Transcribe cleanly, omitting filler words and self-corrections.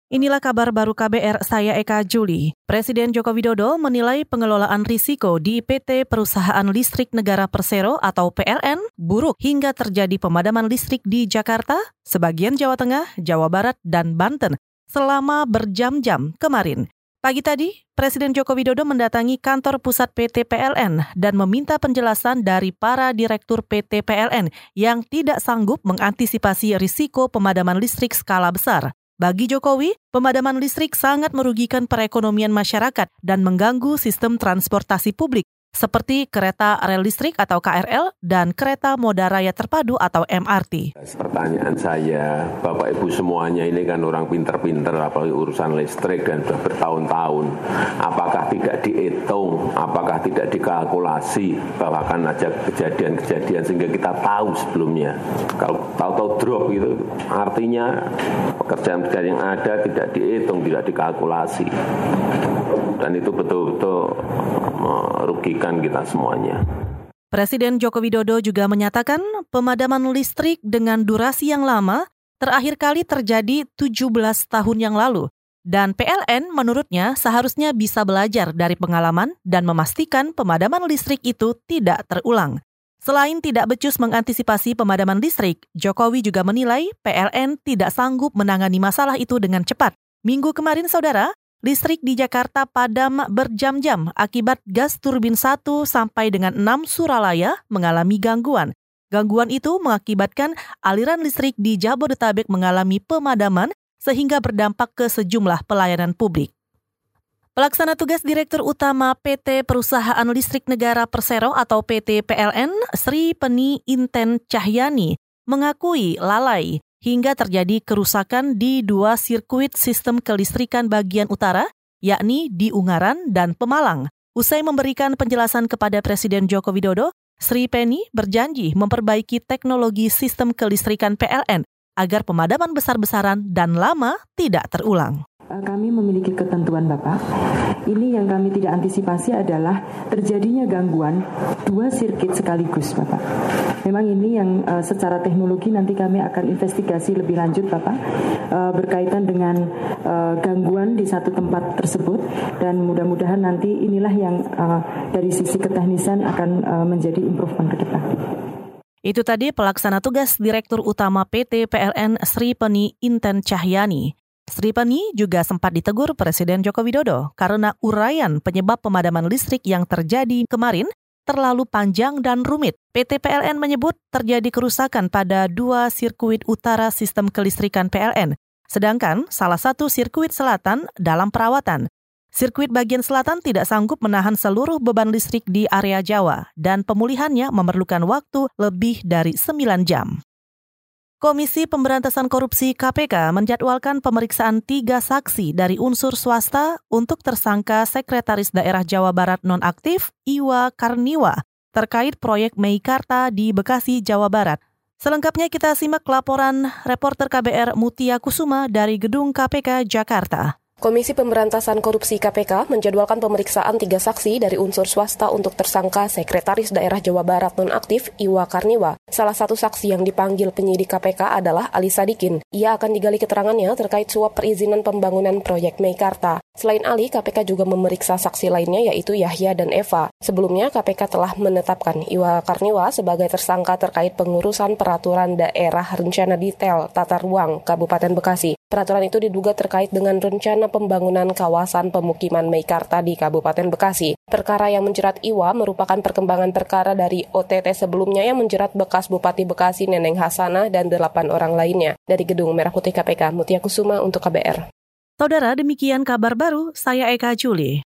Inilah kabar baru KBR, saya Eka Juli. Presiden Joko Widodo menilai pengelolaan risiko di PT Perusahaan Listrik Negara Persero atau PLN buruk hingga terjadi pemadaman listrik di Jakarta, sebagian Jawa Tengah, Jawa Barat, dan Banten selama berjam-jam kemarin. Pagi tadi, Presiden Joko Widodo mendatangi kantor pusat PT PLN dan meminta penjelasan dari para direktur PT PLN yang tidak sanggup mengantisipasi risiko pemadaman listrik skala besar. Bagi Jokowi, pemadaman listrik sangat merugikan perekonomian masyarakat dan mengganggu sistem transportasi publik, seperti kereta rel listrik atau KRL dan kereta moda raya terpadu atau MRT. Pertanyaan saya, Bapak Ibu semuanya ini kan orang pinter-pinter apalagi urusan listrik dan sudah bertahun-tahun. Apakah tidak dihitung, apakah tidak dikalkulasi bahwa akan ada kejadian-kejadian sehingga kita tahu sebelumnya. Kalau tahu-tahu drop gitu, artinya pekerjaan-pekerjaan yang ada tidak dihitung, tidak dikalkulasi. Dan itu betul-betul merugikan kita semuanya. Presiden Joko Widodo juga menyatakan pemadaman listrik dengan durasi yang lama terakhir kali terjadi 17 tahun yang lalu. Dan PLN menurutnya seharusnya bisa belajar dari pengalaman dan memastikan pemadaman listrik itu tidak terulang. Selain tidak becus mengantisipasi pemadaman listrik, Jokowi juga menilai PLN tidak sanggup menangani masalah itu dengan cepat. Minggu kemarin, saudara, listrik di Jakarta padam berjam-jam akibat gas turbin 1 sampai dengan 6 Suralaya mengalami gangguan. Gangguan itu mengakibatkan aliran listrik di Jabodetabek mengalami pemadaman sehingga berdampak ke sejumlah pelayanan publik. Pelaksana tugas Direktur Utama PT Perusahaan Listrik Negara Persero atau PT PLN, Sri Peni Inten Cahyani, mengakui lalai hingga terjadi kerusakan di 2 sirkuit sistem kelistrikan bagian utara, yakni di Ungaran dan Pemalang. Usai memberikan penjelasan kepada Presiden Joko Widodo, Sri Peni berjanji memperbaiki teknologi sistem kelistrikan PLN agar pemadaman besar-besaran dan lama tidak terulang. Kami memiliki ketentuan Bapak. Ini yang kami tidak antisipasi adalah terjadinya gangguan 2 sirkuit sekaligus Bapak. Memang ini yang secara teknologi nanti kami akan investigasi lebih lanjut Bapak. Berkaitan dengan gangguan di satu tempat tersebut. Dan mudah-mudahan nanti inilah yang dari sisi keteknisan akan menjadi improvement ke depan. Itu tadi pelaksana tugas Direktur Utama PT PLN Sri Peni Inten Cahyani. Sri Peni juga sempat ditegur Presiden Joko Widodo karena uraian penyebab pemadaman listrik yang terjadi kemarin terlalu panjang dan rumit. PT PLN menyebut terjadi kerusakan pada 2 sirkuit utara sistem kelistrikan PLN, sedangkan salah satu sirkuit selatan dalam perawatan. Sirkuit bagian selatan tidak sanggup menahan seluruh beban listrik di area Jawa dan pemulihannya memerlukan waktu lebih dari 9 jam. Komisi Pemberantasan Korupsi KPK menjadwalkan pemeriksaan 3 saksi dari unsur swasta untuk tersangka Sekretaris Daerah Jawa Barat nonaktif Iwa Karniwa terkait proyek Meikarta di Bekasi, Jawa Barat. Selengkapnya kita simak laporan reporter KBR Mutia Kusuma dari Gedung KPK Jakarta. Komisi Pemberantasan Korupsi KPK menjadwalkan pemeriksaan 3 saksi dari unsur swasta untuk tersangka Sekretaris Daerah Jawa Barat nonaktif Iwa Karniwa. Salah satu saksi yang dipanggil penyidik KPK adalah Ali Sadikin. Ia akan digali keterangannya terkait suap perizinan pembangunan proyek Meikarta. Selain Ali, KPK juga memeriksa saksi lainnya yaitu Yahya dan Eva. Sebelumnya, KPK telah menetapkan Iwa Karniwa sebagai tersangka terkait pengurusan peraturan daerah rencana detail tata ruang Kabupaten Bekasi. Peraturan itu diduga terkait dengan rencana pembangunan kawasan pemukiman Meikarta di Kabupaten Bekasi. Perkara yang menjerat Iwa merupakan perkembangan perkara dari OTT sebelumnya yang menjerat bekas Bupati Bekasi Neneng Hasanah dan 8 orang lainnya. Dari Gedung Merah Putih KPK, Mutia Kusuma untuk KBR. Saudara, demikian kabar baru, saya Eka Juli.